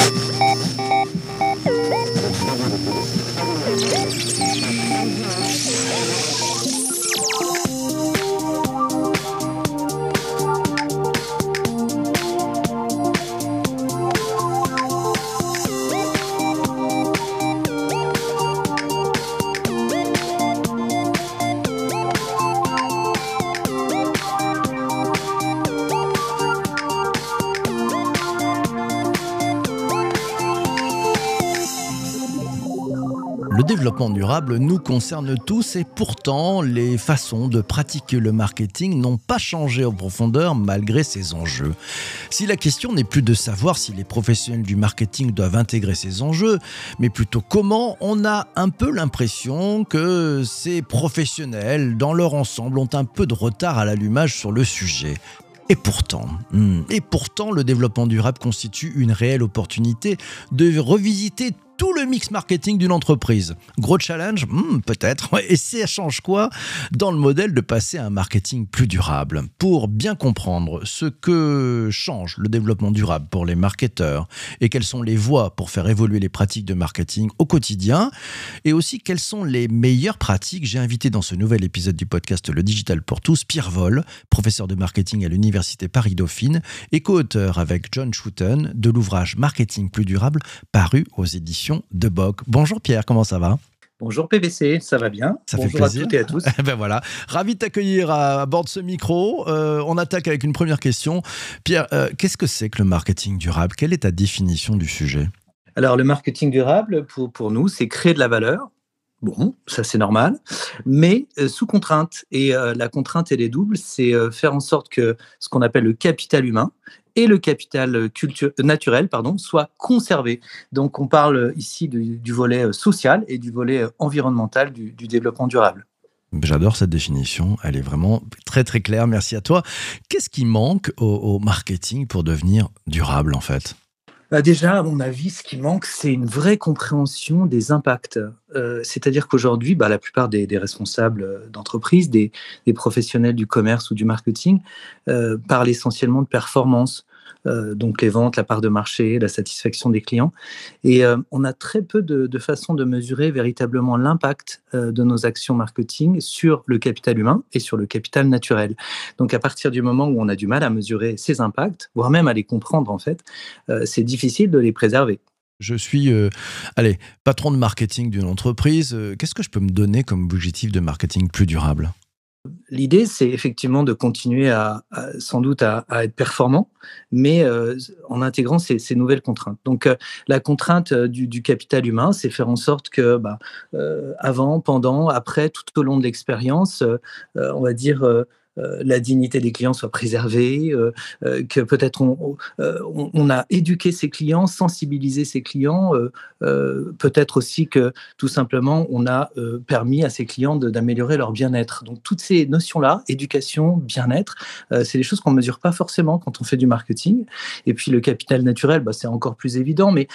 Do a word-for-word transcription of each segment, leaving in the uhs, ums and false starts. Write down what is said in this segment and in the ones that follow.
Le développement durable nous concerne tous et pourtant, les façons de pratiquer le marketing n'ont pas changé en profondeur malgré ces enjeux. Si la question n'est plus de savoir si les professionnels du marketing doivent intégrer ces enjeux, mais plutôt comment, on a un peu l'impression que ces professionnels, dans leur ensemble, ont un peu de retard à l'allumage sur le sujet. Et pourtant, hmm, et pourtant, le développement durable constitue une réelle opportunité de revisiter tout le mix marketing d'une entreprise. Gros challenge, hmm, peut-être. Et ça change quoi dans le modèle de passer à un marketing plus durable? Pour bien comprendre ce que change le développement durable pour les marketeurs et quelles sont les voies pour faire évoluer les pratiques de marketing au quotidien, et aussi quelles sont les meilleures pratiques, j'ai invité dans ce nouvel épisode du podcast Le Digital pour tous, Pierre Woll, professeur de marketing à l'Université Paris-Dauphine et co-auteur avec John Schouten de l'ouvrage Marketing plus durable, paru aux éditions de Bock. Bonjour Pierre, comment ça va? Bonjour P V C, ça va bien? Ça Bonjour fait plaisir. à toutes et à tous. Ben voilà, ravi de t'accueillir à, à bord de ce micro. Euh, on attaque avec une première question. Pierre, euh, qu'est-ce que c'est que le marketing durable? Quelle est ta définition du sujet? Alors le marketing durable, pour, pour nous, c'est créer de la valeur. Bon, ça c'est normal, mais euh, sous contrainte. Et euh, la contrainte, elle est double, c'est euh, faire en sorte que ce qu'on appelle le capital humain et le capital culture, naturel pardon, soient conservés. Donc on parle ici du, du volet social et du volet environnemental du, du développement durable. J'adore cette définition, elle est vraiment très très claire, merci à toi. Qu'est-ce qui manque au, au marketing pour devenir durable en fait? Bah déjà, à mon avis, ce qui manque, c'est une vraie compréhension des impacts. Euh, c'est-à-dire qu'aujourd'hui, bah, la plupart des, des responsables d'entreprise, des, des professionnels du commerce ou du marketing, euh, parlent essentiellement de performance. Euh, donc les ventes, la part de marché, la satisfaction des clients. Et euh, on a très peu de, de façons de mesurer véritablement l'impact euh, de nos actions marketing sur le capital humain et sur le capital naturel. Donc à partir du moment où on a du mal à mesurer ces impacts, voire même à les comprendre en fait, euh, c'est difficile de les préserver. Je suis euh, allez, patron de marketing d'une entreprise. Euh, qu'est-ce que je peux me donner comme objectif de marketing plus durable? L'idée, c'est effectivement de continuer à, à sans doute à, à être performant, mais euh, en intégrant ces, ces nouvelles contraintes. Donc, euh, la contrainte euh, du, du capital humain, c'est faire en sorte que, bah, euh, avant, pendant, après, tout au long de l'expérience, euh, euh, on va dire, euh, euh, la dignité des clients soit préservée, euh, euh, que peut-être on, euh, on, on a éduqué ses clients, sensibilisé ses clients, euh, euh, peut-être aussi que tout simplement on a euh, permis à ses clients de, d'améliorer leur bien-être. Donc toutes ces notions-là, éducation, bien-être, euh, c'est des choses qu'on ne mesure pas forcément quand on fait du marketing. Et puis le capital naturel, bah, c'est encore plus évident, mais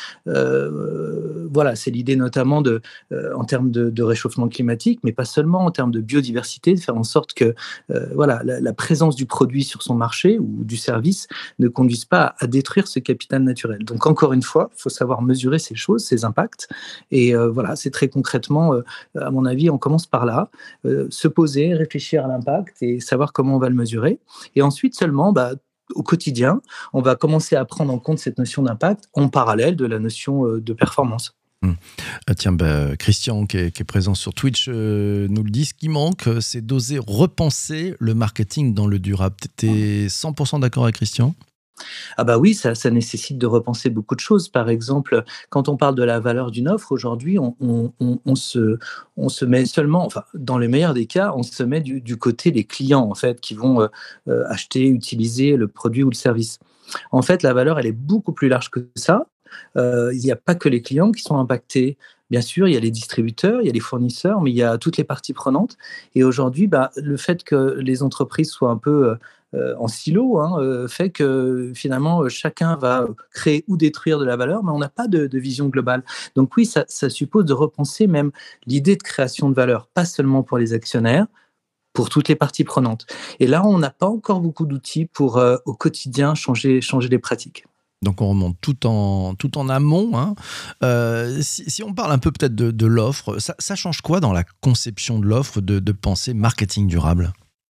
euh, voilà, c'est l'idée notamment de, euh, en termes de, de réchauffement climatique, mais pas seulement en termes de biodiversité, de faire en sorte que euh, voilà, la, la présence du produit sur son marché ou du service ne conduise pas à, à détruire ce capital naturel. Donc encore une fois, il faut savoir mesurer ces choses, ces impacts. Et euh, voilà, c'est très concrètement, euh, à mon avis, on commence par là, euh, se poser, réfléchir à l'impact et savoir comment on va le mesurer. Et ensuite seulement, bah, au quotidien, on va commencer à prendre en compte cette notion d'impact en parallèle de la notion euh, de performance. Mmh. Ah tiens, bah, Christian, qui est, qui est présent sur Twitch, euh, nous le dit, ce qui manque, c'est d'oser repenser le marketing dans le durable. Tu es cent pour cent d'accord avec Christian? Ah bah oui, ça, ça nécessite de repenser beaucoup de choses. Par exemple, quand on parle de la valeur d'une offre, aujourd'hui, on, on, on, on se, on se met seulement, enfin, dans le meilleur des cas, on se met du, du côté des clients, en fait, qui vont euh, acheter, utiliser le produit ou le service. En fait, la valeur, elle est beaucoup plus large que ça. Euh, il n'y a pas que les clients qui sont impactés. Bien sûr, il y a les distributeurs, il y a les fournisseurs, mais il y a toutes les parties prenantes. Et aujourd'hui, bah, le fait que les entreprises soient un peu euh, en silo hein, euh, fait que finalement, chacun va créer ou détruire de la valeur, mais on n'a pas de, de vision globale. Donc oui, ça, ça suppose de repenser même l'idée de création de valeur, pas seulement pour les actionnaires, pour toutes les parties prenantes. Et là, on n'a pas encore beaucoup d'outils pour, euh, au quotidien, changer, changer les pratiques. Donc on remonte tout en, tout en amont. Hein. Euh, si, si on parle un peu peut-être de, de l'offre, ça, ça change quoi dans la conception de l'offre de, de penser marketing durable?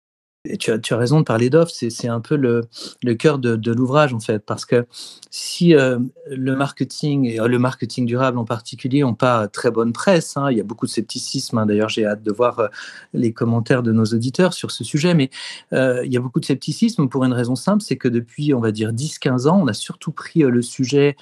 Et tu as, tu as raison de parler d'offres, c'est, c'est un peu le, le cœur de, de l'ouvrage en fait, parce que si euh, le marketing, et euh, le marketing durable en particulier, n'ont pas très bonne presse, hein, il y a beaucoup de scepticisme, hein, d'ailleurs j'ai hâte de voir euh, les commentaires de nos auditeurs sur ce sujet, mais euh, il y a beaucoup de scepticisme pour une raison simple, c'est que depuis on va dire dix quinze ans, on a surtout pris euh, le sujet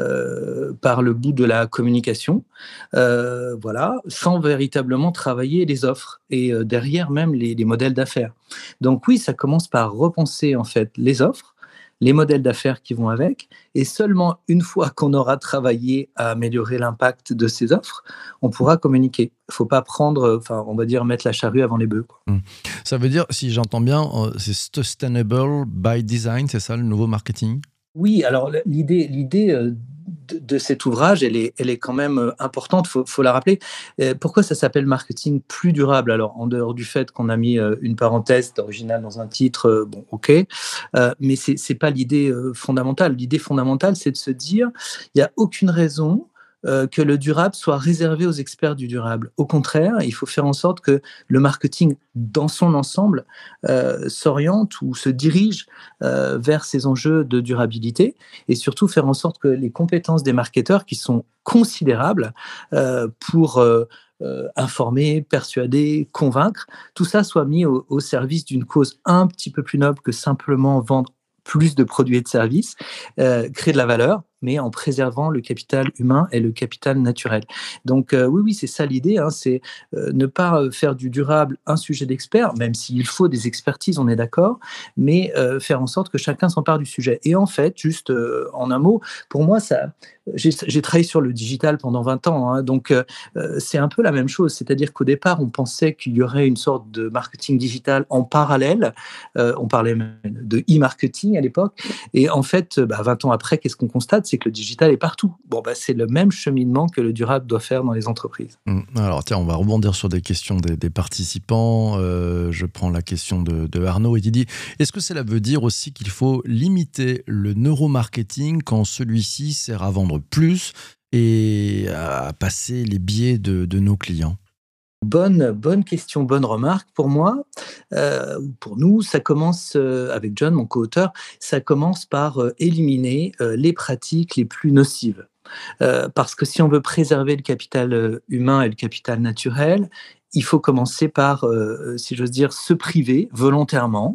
euh, par le bout de la communication, euh, voilà, sans véritablement travailler les offres et euh, derrière même les, les modèles d'affaires. Donc oui, ça commence par repenser en fait les offres, les modèles d'affaires qui vont avec, et seulement une fois qu'on aura travaillé à améliorer l'impact de ces offres, on pourra communiquer. Il ne faut pas prendre, enfin, on va dire, mettre la charrue avant les bœufs, quoi. Mmh. Ça veut dire, si j'entends bien, euh, c'est sustainable by design, c'est ça le nouveau marketing? Oui, alors l'idée, l'idée euh, de, de cet ouvrage, elle est, elle est quand même euh, importante, faut, faut la rappeler. Euh, pourquoi ça s'appelle marketing plus durable? Alors, en dehors du fait qu'on a mis euh, une parenthèse originale dans un titre, euh, bon, ok, euh, mais c'est, c'est pas l'idée euh, fondamentale. L'idée fondamentale, c'est de se dire, il n'y a aucune raison euh, que le durable soit réservé aux experts du durable. Au contraire, il faut faire en sorte que le marketing, dans son ensemble, euh, s'oriente ou se dirige euh, vers ces enjeux de durabilité et surtout faire en sorte que les compétences des marketeurs, qui sont considérables euh, pour euh, euh, informer, persuader, convaincre, tout ça soit mis au, au service d'une cause un petit peu plus noble que simplement vendre plus de produits et de services, euh, créer de la valeur, mais en préservant le capital humain et le capital naturel. Donc euh, oui, oui, c'est ça l'idée, hein, c'est euh, ne pas faire du durable un sujet d'expert, même s'il faut des expertises, on est d'accord, mais euh, faire en sorte que chacun s'empare du sujet. Et en fait, juste euh, en un mot, pour moi, ça, j'ai, j'ai travaillé sur le digital pendant vingt ans, hein, donc euh, c'est un peu la même chose, c'est-à-dire qu'au départ, on pensait qu'il y aurait une sorte de marketing digital en parallèle, euh, on parlait même de e-marketing à l'époque, et en fait, bah, vingt ans après, qu'est-ce qu'on constate? C'est que le digital est partout. Bon, bah, c'est le même cheminement que le durable doit faire dans les entreprises. Mmh. Alors tiens, on va rebondir sur des questions des, des participants. Euh, je prends la question de, de Arnaud et qui dit, est-ce que cela veut dire aussi qu'il faut limiter le neuromarketing quand celui-ci sert à vendre plus et à passer les biais de, de nos clients? Bonne, bonne question, bonne remarque. Pour moi, euh, pour nous, ça commence, euh, avec John, mon co-auteur, ça commence par euh, éliminer euh, les pratiques les plus nocives. Euh, parce que si on veut préserver le capital euh, humain et le capital naturel, il faut commencer par, euh, si j'ose dire, se priver volontairement.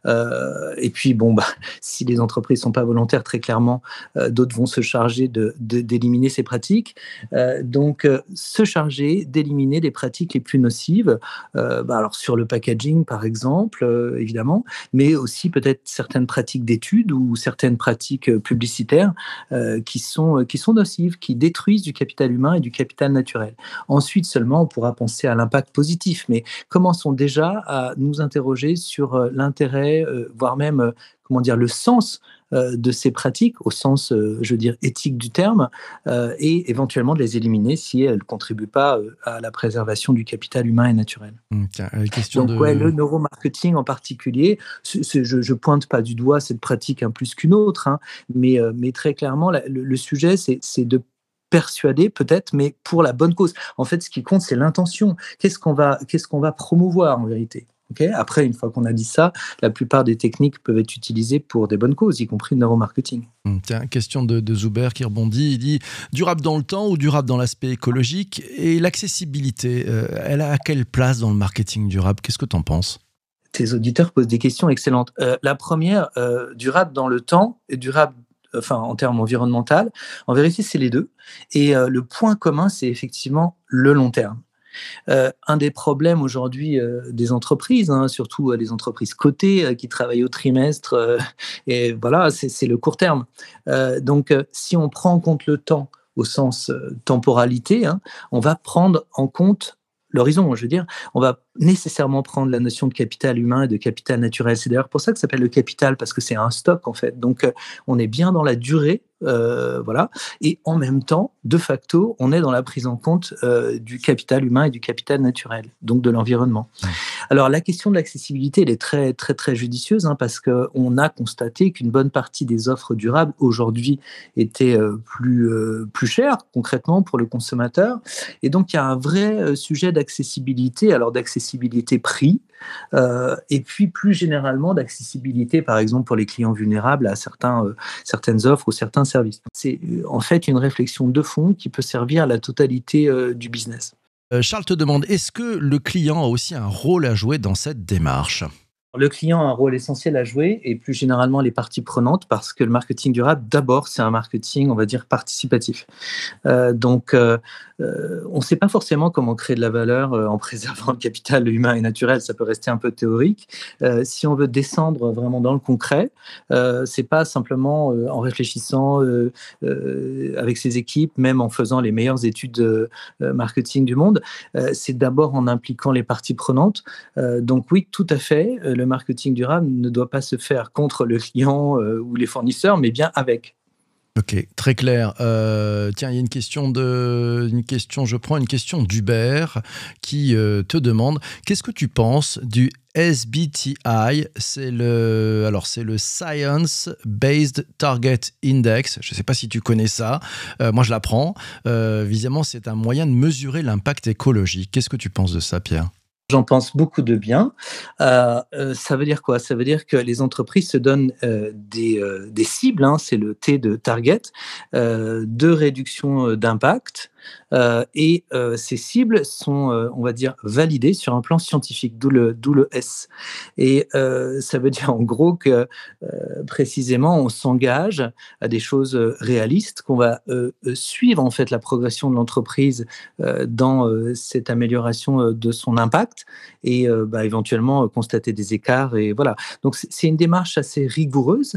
Euh, et puis, bon, bah, si les entreprises ne sont pas volontaires, très clairement, euh, d'autres vont se charger de, de, d'éliminer ces pratiques. Euh, donc, euh, se charger d'éliminer les pratiques les plus nocives, euh, bah, alors sur le packaging, par exemple, euh, évidemment, mais aussi peut-être certaines pratiques d'études ou certaines pratiques euh, publicitaires euh, qui, sont, qui sont nocives, qui détruisent du capital humain et du capital naturel. Ensuite seulement, on pourra penser à l'impact positif, mais commençons déjà à nous interroger sur euh, l'intérêt, euh, voire même, euh, comment dire, le sens euh, de ces pratiques, au sens, euh, je veux dire, éthique du terme, euh, et éventuellement de les éliminer si elles ne contribuent pas euh, à la préservation du capital humain et naturel. Mmh, tiens, la question Donc, ouais, de... le neuromarketing en particulier, c'est, c'est, je ne pointe pas du doigt cette pratique hein, plus qu'une autre, hein, mais, euh, mais très clairement, la, le, le sujet, c'est, c'est de persuader peut-être, mais pour la bonne cause. En fait, ce qui compte, c'est l'intention. Qu'est-ce qu'on va, qu'est-ce qu'on va promouvoir en vérité? Okay, après, une fois qu'on a dit ça, la plupart des techniques peuvent être utilisées pour des bonnes causes, y compris le neuromarketing. Mmh, tiens, question de, de Zuber qui rebondit. Il dit, durable dans le temps ou durable dans l'aspect écologique? Et l'accessibilité, euh, elle a à quelle place dans le marketing durable? Qu'est-ce que tu en penses? Tes auditeurs posent des questions excellentes. Euh, la première, euh, durable dans le temps et durable enfin en termes environnemental, en vérité, c'est les deux. Et euh, le point commun, c'est effectivement le long terme. Euh, un des problèmes aujourd'hui euh, des entreprises, hein, surtout euh, les entreprises cotées euh, qui travaillent au trimestre, euh, et voilà, c'est, c'est le court terme. Euh, donc, euh, si on prend en compte le temps au sens euh, temporalité, hein, on va prendre en compte l'horizon, je veux dire, on va nécessairement prendre la notion de capital humain et de capital naturel. C'est d'ailleurs pour ça que ça s'appelle le capital, parce que c'est un stock en fait. Donc, euh, on est bien dans la durée, euh, voilà, et en même temps, de facto, on est dans la prise en compte euh, du capital humain et du capital naturel, donc de l'environnement. Alors la question de l'accessibilité, elle est très très très judicieuse hein, parce qu'on a constaté qu'une bonne partie des offres durables aujourd'hui étaient euh, plus euh, plus chères concrètement pour le consommateur, et donc il y a un vrai euh, sujet d'accessibilité, alors d'accessibilité prix, euh, et puis plus généralement d'accessibilité, par exemple pour les clients vulnérables à certains euh, certaines offres ou certains services. C'est euh, en fait une réflexion de fond qui peut servir à la totalité euh, du business. Euh, Charles te demande, est-ce que le client a aussi un rôle à jouer dans cette démarche? Le client a un rôle essentiel à jouer et plus généralement les parties prenantes parce que le marketing durable, d'abord, c'est un marketing, on va dire, participatif. Euh, donc, euh, euh, on ne sait pas forcément comment créer de la valeur euh, en préservant le capital humain et naturel, ça peut rester un peu théorique. Euh, si on veut descendre vraiment dans le concret, euh, c'est pas simplement euh, en réfléchissant euh, euh, avec ses équipes, même en faisant les meilleures études euh, marketing du monde, euh, c'est d'abord en impliquant les parties prenantes. Euh, donc oui, tout à fait, euh, le marketing durable ne doit pas se faire contre le client euh, ou les fournisseurs, mais bien avec. Ok, très clair. Euh, tiens, il y a une question de, une question, je prends une question d'Hubert qui euh, te demande, qu'est-ce que tu penses du S B T I? C'est le, alors c'est le Science Based Target Index. Je ne sais pas si tu connais ça. Euh, moi, je l'apprends. Euh, visiblement, c'est un moyen de mesurer l'impact écologique. Qu'est-ce que tu penses de ça, Pierre? J'en pense beaucoup de bien. Euh, euh, ça veut dire quoi? Ça veut dire que les entreprises se donnent euh, des, euh, des cibles, hein, c'est le T de target, euh, de réduction d'impact. Euh, et euh, ces cibles sont, euh, on va dire, validées sur un plan scientifique, d'où le, d'où le S. Et euh, ça veut dire en gros que euh, précisément on s'engage à des choses réalistes, qu'on va euh, suivre en fait la progression de l'entreprise euh, dans euh, cette amélioration de son impact et euh, bah, éventuellement euh, constater des écarts. Et voilà. Donc c'est, c'est une démarche assez rigoureuse.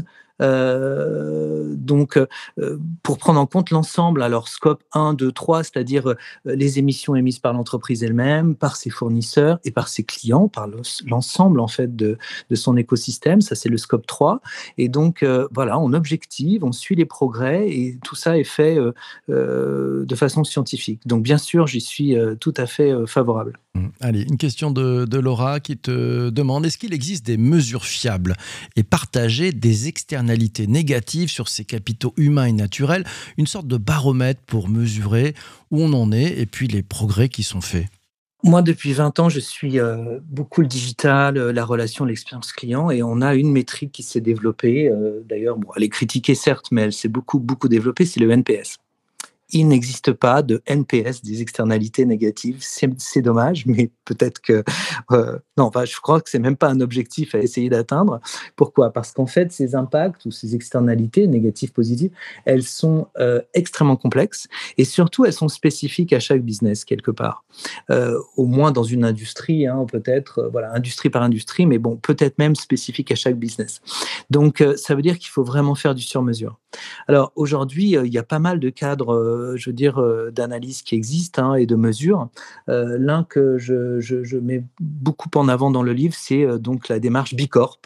Euh, donc, euh, pour prendre en compte l'ensemble, alors scope un, deux, trois, c'est-à-dire euh, les émissions émises par l'entreprise elle-même, par ses fournisseurs et par ses clients, par le, l'ensemble en fait de, de son écosystème, ça c'est le scope trois. Et donc, euh, voilà, on objective, on suit les progrès et tout ça est fait euh, euh, de façon scientifique. Donc, bien sûr, j'y suis euh, tout à fait euh, favorable. Allez, une question de, de Laura qui te demande, est-ce qu'il existe des mesures fiables et partagées des externalités négatives sur ces capitaux humains et naturels, une sorte de baromètre pour mesurer où on en est et puis les progrès qui sont faits? Moi, depuis vingt ans, je suis euh, beaucoup le digital, euh, la relation, l'expérience client, et on a une métrique qui s'est développée. Euh, d'ailleurs, bon, elle est critiquée certes, mais elle s'est beaucoup, beaucoup développée, c'est le N P S. Il n'existe pas de N P S, des externalités négatives. C'est, c'est dommage, mais peut-être que... Euh, non, enfin, je crois que c'est même pas un objectif à essayer d'atteindre. Pourquoi? Parce qu'en fait, ces impacts ou ces externalités, négatives, positives, elles sont euh, extrêmement complexes et surtout, elles sont spécifiques à chaque business, quelque part. Euh, au moins dans une industrie, hein, peut-être, euh, voilà, industrie par industrie, mais bon, peut-être même spécifique à chaque business. Donc, euh, ça veut dire qu'il faut vraiment faire du sur-mesure. Alors, aujourd'hui, euh, il y a pas mal de cadres... Euh, je veux dire, euh, d'analyse qui existent hein, et de mesures. Euh, l'un que je, je, je mets beaucoup en avant dans le livre, c'est euh, donc la démarche Bicorp.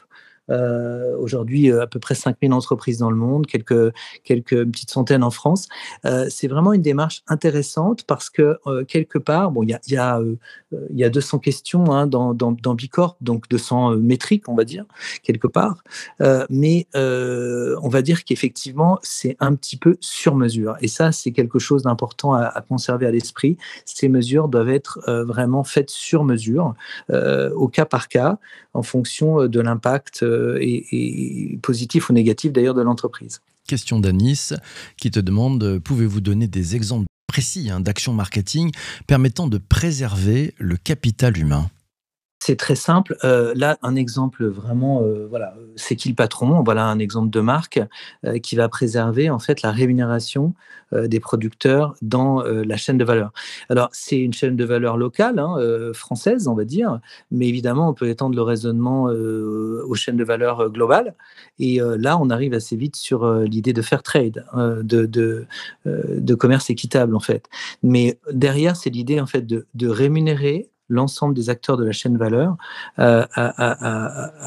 Euh, aujourd'hui, euh, à peu près cinq mille entreprises dans le monde, quelques, quelques petites centaines en France. Euh, c'est vraiment une démarche intéressante parce que, euh, quelque part, bon, il y a, y, a, euh, y a deux cents questions hein, dans, dans, dans Bicorp, donc deux cents euh, métriques, on va dire, quelque part. Euh, mais euh, on va dire qu'effectivement, c'est un petit peu sur mesure. Et ça, c'est quelque chose d'important à, à conserver à l'esprit. Ces mesures doivent être euh, vraiment faites sur mesure, euh, au cas par cas, en fonction de l'impact euh, Et, et positif ou négatif d'ailleurs de l'entreprise. Question d'Anis qui te demande, pouvez-vous donner des exemples précis hein, d'actions marketing permettant de préserver le capital humain? C'est très simple. Euh, là, un exemple vraiment, euh, voilà, c'est qui le patron? Voilà un exemple de marque euh, qui va préserver en fait la rémunération euh, des producteurs dans euh, la chaîne de valeur. Alors, c'est une chaîne de valeur locale, hein, euh, française, on va dire, mais évidemment, on peut étendre le raisonnement euh, aux chaînes de valeur globales. Et euh, là, on arrive assez vite sur euh, l'idée de fair trade, euh, de, de, euh, de commerce équitable en fait. Mais derrière, c'est l'idée en fait de, de rémunérer l'ensemble des acteurs de la chaîne valeur euh, à, à, à, à,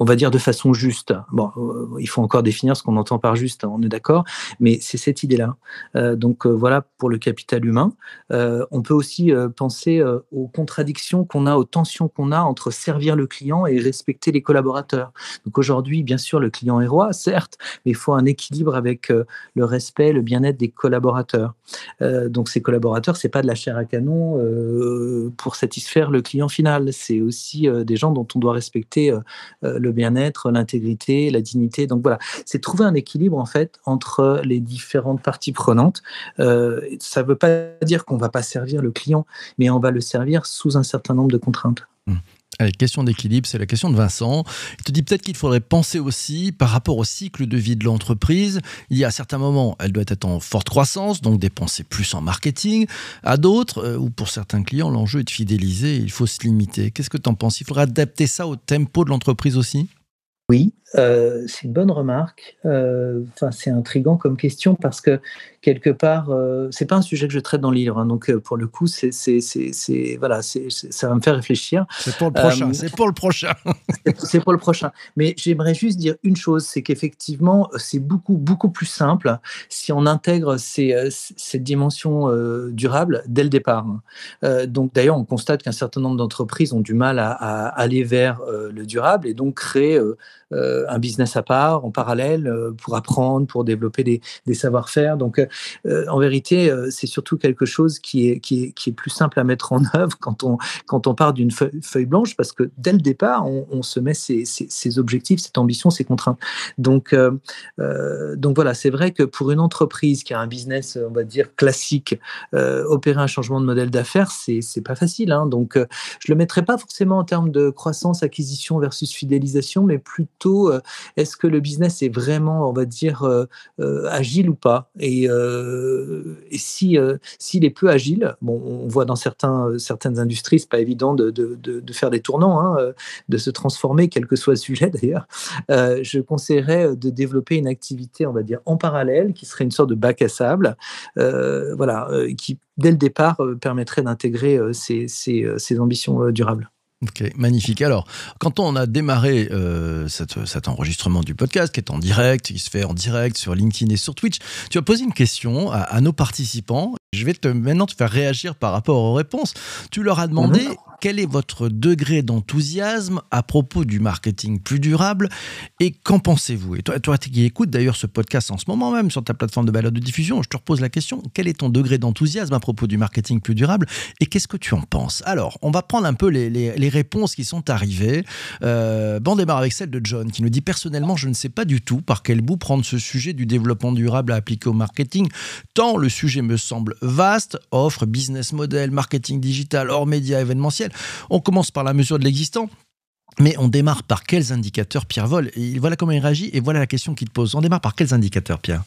on va dire de façon juste. Bon, euh, il faut encore définir ce qu'on entend par juste, on est d'accord, mais c'est cette idée-là. Euh, donc euh, voilà pour le capital humain. Euh, on peut aussi euh, penser euh, aux contradictions qu'on a, aux tensions qu'on a entre servir le client et respecter les collaborateurs. Donc aujourd'hui, bien sûr, le client est roi, certes, mais il faut un équilibre avec euh, le respect, le bien-être des collaborateurs. Euh, donc ces collaborateurs, c'est pas de la chair à canon euh, pour satisfaire le client final. C'est aussi euh, des gens dont on doit respecter euh, euh, le bien-être, l'intégrité, la dignité. Donc voilà, c'est trouver un équilibre en fait entre les différentes parties prenantes. Euh, ça ne veut pas dire qu'on ne va pas servir le client, mais on va le servir sous un certain nombre de contraintes. Mmh. Allez, question d'équilibre, c'est la question de Vincent. Il te dit peut-être qu'il faudrait penser aussi par rapport au cycle de vie de l'entreprise. Il y a certains moments, elle doit être en forte croissance, donc dépenser plus en marketing. À d'autres, euh, ou pour certains clients, l'enjeu est de fidéliser, il faut se limiter. Qu'est-ce que tu en penses? Il faudrait adapter ça au tempo de l'entreprise aussi? Oui, euh, c'est une bonne remarque. Euh, Enfin, c'est intriguant comme question parce que quelque part, euh, c'est pas un sujet que je traite dans le livre, hein, donc euh, pour le coup, c'est, c'est, c'est, c'est- voilà, c'est, c'est- ça va me faire réfléchir. C'est pour le prochain, Euh, c'est pour le prochain. c'est c'est pour le prochain. Mais j'aimerais juste dire une chose, c'est qu'effectivement, c'est beaucoup, beaucoup plus simple si on intègre ces, euh, c- cette dimension euh, durable dès le départ. Euh, donc d'ailleurs, on constate qu'un certain nombre d'entreprises ont du mal à, à aller vers euh, le durable et donc créer euh, euh, un business à part, en parallèle, euh, pour apprendre, pour développer des, des savoir-faire. Donc euh, en vérité, euh, c'est surtout quelque chose qui est, qui, est, qui est plus simple à mettre en œuvre quand on, quand on part d'une feuille, feuille blanche, parce que dès le départ, on, on se met ses, ses, ses objectifs, cette ambition, ses contraintes. Donc, euh, euh, donc voilà, c'est vrai que pour une entreprise qui a un business, on va dire, classique, euh, opérer un changement de modèle d'affaires, c'est, c'est pas facile. Hein. Donc, euh, je le mettrai pas forcément en termes de croissance, acquisition versus fidélisation, mais plutôt, euh, est-ce que le business est vraiment, on va dire, euh, euh, agile ou pas? Et, euh, et si, euh, s'il est peu agile, bon, on voit dans certains, certaines industries, c'est pas évident de, de, de, de faire des tournants, hein, euh, de se transformer, quel que soit le sujet d'ailleurs. Euh, je conseillerais de développer une activité, on va dire, en parallèle, qui serait une sorte de bac à sable, euh, voilà, euh, qui dès le départ euh, permettrait d'intégrer euh, ces, ces, euh, ces ambitions euh, durables. Ok, magnifique. Alors, quand on a démarré euh, cette- cet enregistrement du podcast, qui est en direct, qui se fait en direct sur LinkedIn et sur Twitch, tu as posé une question à, à nos participants. Je vais te, maintenant te faire réagir par rapport aux réponses. Tu leur as demandé Mhm. quel est votre degré d'enthousiasme à propos du marketing plus durable et qu'en pensez-vous? Et toi, toi qui écoutes d'ailleurs ce podcast en ce moment même sur ta plateforme de balade de diffusion, je te repose la question, quel est ton degré d'enthousiasme à propos du marketing plus durable et qu'est-ce que tu en penses? Alors, on va prendre un peu les, les- les réponses qui sont arrivées. Euh, bon, on démarre avec celle de John qui nous dit personnellement, je ne sais pas du tout par quel bout prendre ce sujet du développement durable à appliquer au marketing, tant le sujet me semble vaste, offre, business model, marketing digital, hors médias, événementiel. On commence par la mesure de l'existant. Mais on démarre par quels indicateurs, Pierre Vol? Et voilà comment il réagit et voilà la question qu'il te pose. On démarre par quels indicateurs, Pierre?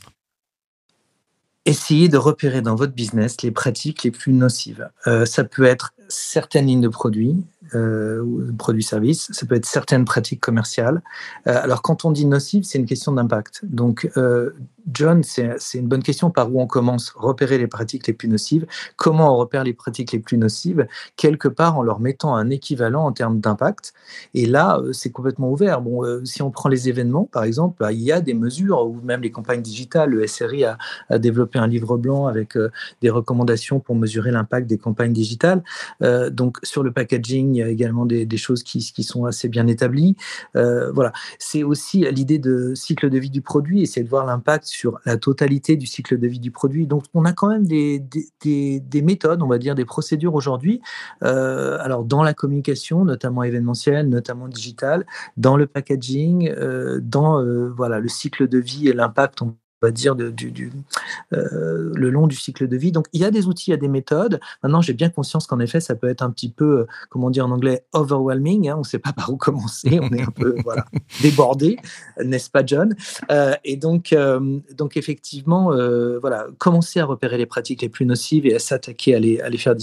Essayez de repérer dans votre business les pratiques les plus nocives. Euh, ça peut être certaines lignes de produits, euh, ou de produits-services, ça peut être certaines pratiques commerciales. Euh, alors, quand on dit nocive, c'est une question d'impact. Donc, euh, John, c'est, c'est une bonne question. Par où on commence? Repérer les pratiques les plus nocives. Comment on repère les pratiques les plus nocives? Quelque part en leur mettant un équivalent en termes d'impact. Et là, euh, c'est complètement ouvert. Bon, euh, si on prend les événements, par exemple, bah, il y a des mesures, ou même les campagnes digitales. Le S R I a, a développé un livre blanc avec euh, des recommandations pour mesurer l'impact des campagnes digitales. Euh, donc, sur le packaging, il y a également des, des choses qui, qui sont assez bien établies. Euh, voilà. C'est aussi l'idée de cycle de vie du produit, essayer de voir l'impact sur la totalité du cycle de vie du produit. Donc, on a quand même des, des, des, des méthodes, on va dire, des procédures aujourd'hui. Euh, alors, dans la communication, notamment événementielle, notamment digitale, dans le packaging, euh, dans euh, voilà, le cycle de vie et l'impact, on va dire, de, du, du, euh, le long du cycle de vie. Donc, il y a des outils, il y a des méthodes. Maintenant, j'ai bien conscience qu'en effet, ça peut être un petit peu, euh, comment dire en anglais, overwhelming. Hein, on ne sait pas par où commencer. On est un peu voilà, débordé, n'est-ce pas, John? Euh, Et donc, euh, donc effectivement, euh, voilà, commencer à repérer les pratiques les plus nocives et à s'attaquer à les, à les faire disparaître.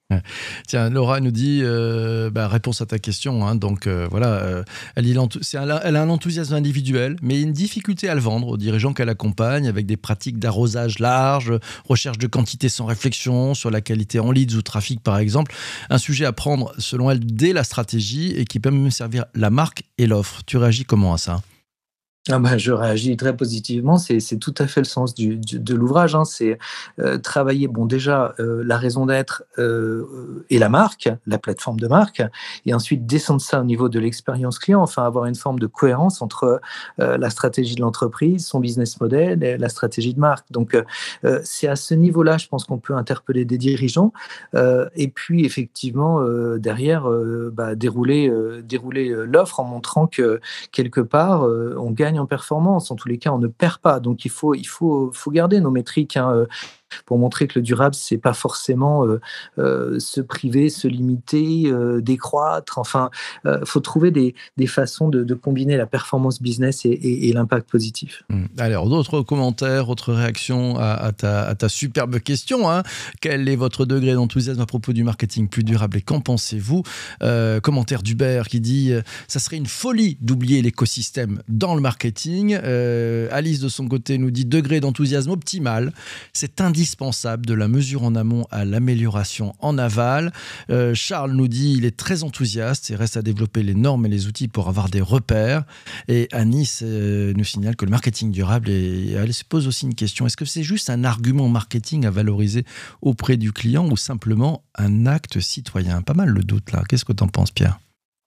Ouais. Tiens, Laura nous dit, euh, bah, réponse à ta question, hein, donc euh, voilà, euh, elle, dit c'est un, elle a un enthousiasme individuel, mais une difficulté à le vendre aux dirigeants qu'elle accompagne avec des pratiques d'arrosage large, recherche de quantité sans réflexion, sur la qualité en leads ou trafic par exemple, un sujet à prendre selon elle dès la stratégie et qui peut même servir la marque et l'offre. Tu réagis comment à ça ? Ah bah, je réagis très positivement, c'est, c'est tout à fait le sens du, du, de l'ouvrage. Hein. C'est euh, travailler, bon déjà, euh, la raison d'être euh, et la marque, la plateforme de marque, et ensuite descendre ça au niveau de l'expérience client, enfin avoir une forme de cohérence entre euh, la stratégie de l'entreprise, son business model et la stratégie de marque. Donc euh, c'est à ce niveau-là, je pense qu'on peut interpeller des dirigeants, euh, et puis effectivement, euh, derrière, euh, bah, dérouler, euh, dérouler l'offre en montrant que quelque part, euh, on gagne en performance. En tous les cas, on ne perd pas. Donc, il faut, il faut, faut garder nos métriques hein, pour montrer que le durable, c'est pas forcément euh, euh, se priver, se limiter, euh, décroître. Enfin, il euh, faut trouver des, des façons de, de combiner la performance business et, et, et l'impact positif. Mmh. Alors, d'autres commentaires, autres réactions à, à, ta, à ta superbe question. Hein. Quel est votre degré d'enthousiasme à propos du marketing plus durable et qu'en pensez-vous ? euh, Commentaire d'Hubert qui dit euh, « Ça serait une folie d'oublier l'écosystème dans le marketing. Euh, » Alice, de son côté, nous dit « Degré d'enthousiasme optimal. C'est indispensable. indispensable de la mesure en amont à l'amélioration en aval. Euh, Charles nous dit il est très enthousiaste et reste à développer les normes et les outils pour avoir des repères. Et Anis euh, nous signale que le marketing durable, et elle se pose aussi une question, est-ce que c'est juste un argument marketing à valoriser auprès du client ou simplement un acte citoyen ? Pas mal le doute là. Qu'est-ce que tu en penses, Pierre ?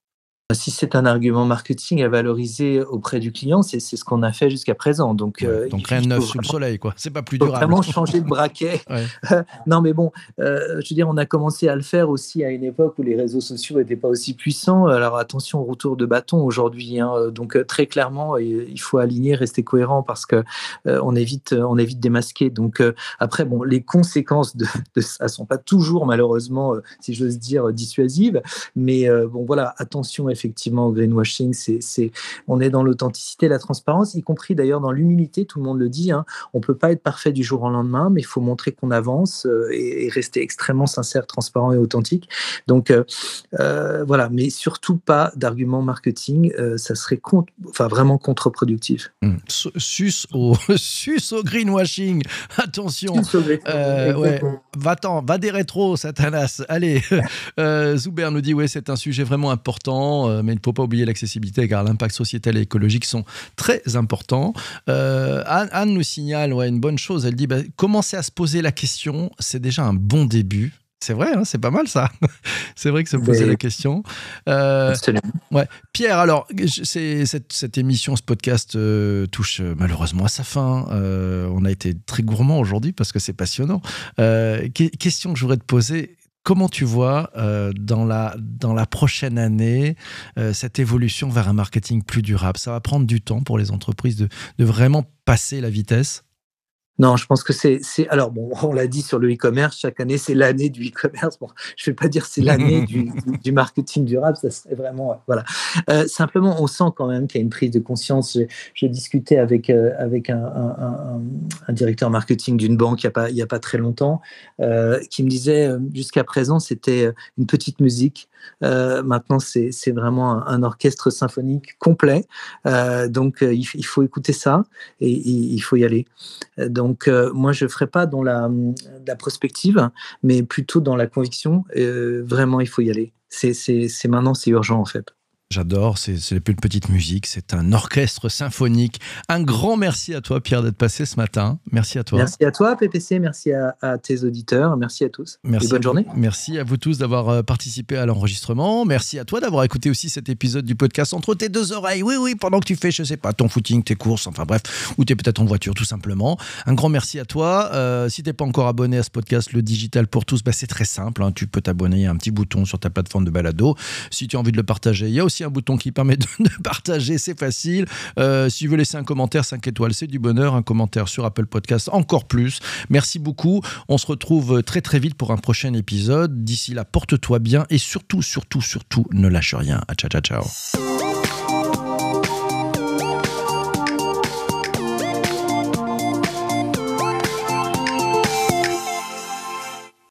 Si c'est un argument marketing à valoriser auprès du client, c'est, c'est ce qu'on a fait jusqu'à présent. Donc, ouais, euh, donc rien de neuf sous le soleil, quoi. C'est pas plus durable. Vraiment changer de braquet. ouais. Non, mais bon, euh, je veux dire, on a commencé à le faire aussi à une époque où les réseaux sociaux n'étaient pas aussi puissants. Alors attention au retour de bâton aujourd'hui. Hein. Donc très clairement, il faut aligner, rester cohérent parce que euh, on évite, on évite démasquer. Donc euh, après, bon, les conséquences de, de ça sont pas toujours malheureusement, euh, si j'ose dire, dissuasives. Mais euh, bon, voilà, attention. Effectivement, au greenwashing, c'est, c'est, on est dans l'authenticité, la transparence, y compris d'ailleurs dans l'humilité, tout le monde le dit. Hein, on ne peut pas être parfait du jour au lendemain, mais il faut montrer qu'on avance euh, et, et rester extrêmement sincère, transparent et authentique. Donc euh, euh, voilà, mais surtout pas d'argument marketing, euh, ça serait contre, enfin, vraiment contre-productif. Mmh. Sus au, sus au greenwashing, attention. Sus au greenwashing. Euh, ouais. Va-t'en, va des rétros, Satanas. Allez, euh, Zuber nous dit ouais, c'est un sujet vraiment important. Mais il ne faut pas oublier l'accessibilité car l'impact sociétal et écologique sont très importants. Euh, Anne, Anne nous signale ouais, une bonne chose. Elle dit bah, commencer à se poser la question, c'est déjà un bon début. C'est vrai, hein, c'est pas mal ça. C'est vrai que se poser mais... la question. Euh, ouais. Pierre, alors, c'est, cette, cette émission, ce podcast euh, touche euh, malheureusement à sa fin. Euh, on a été très gourmand aujourd'hui parce que c'est passionnant. Euh, question que je voudrais te poser. Comment tu vois euh, dans, la, dans la prochaine année euh, cette évolution vers un marketing plus durable ? Ça va prendre du temps pour les entreprises de, de vraiment passer la vitesse ? Non, je pense que c'est, c'est... Alors, bon, on l'a dit sur le e-commerce, chaque année, c'est l'année du e-commerce. Bon, je ne vais pas dire c'est l'année du, du, du marketing durable, ça serait vraiment... Voilà. Euh, simplement, on sent quand même qu'il y a une prise de conscience. Je, je discutais avec, euh, avec un, un, un, un directeur marketing d'une banque il n'y a pas, il y a pas très longtemps, euh, qui me disait, euh, jusqu'à présent, c'était une petite musique. Euh, maintenant, c'est, c'est vraiment un, un orchestre symphonique complet. Euh, donc, euh, il, il faut écouter ça et, et il faut y aller. Donc, Donc, euh, moi, je ne ferai pas dans la, la prospective, mais plutôt dans la conviction. Euh, vraiment, il faut y aller. C'est, c'est, c'est maintenant, c'est urgent, en fait. J'adore, c'est, c'est plus une petite musique, c'est un orchestre symphonique. Un grand merci à toi, Pierre, d'être passé ce matin. Merci à toi. Merci à toi, P P C, merci à, à tes auditeurs, merci à tous. Merci et bonne journée. Merci à vous tous d'avoir participé à l'enregistrement. Merci à toi d'avoir écouté aussi cet épisode du podcast Entre tes deux oreilles. Oui, oui, pendant que tu fais, je sais pas, ton footing, tes courses, enfin bref, ou tu es peut-être en voiture tout simplement. Un grand merci à toi. Euh, si tu n'es pas encore abonné à ce podcast, le digital pour tous, bah, c'est très simple. Hein. Tu peux t'abonner, il y a un petit bouton sur ta plateforme de balado. Si tu as envie de le partager, il y a aussi un bouton qui permet de, de partager, c'est facile. Euh, si tu veux laisser un commentaire, cinq étoiles, c'est du bonheur. Un commentaire sur Apple Podcast, encore plus. Merci beaucoup. On se retrouve très très vite pour un prochain épisode. D'ici là, porte-toi bien et surtout, surtout, surtout, ne lâche rien. Ciao, ciao, ciao.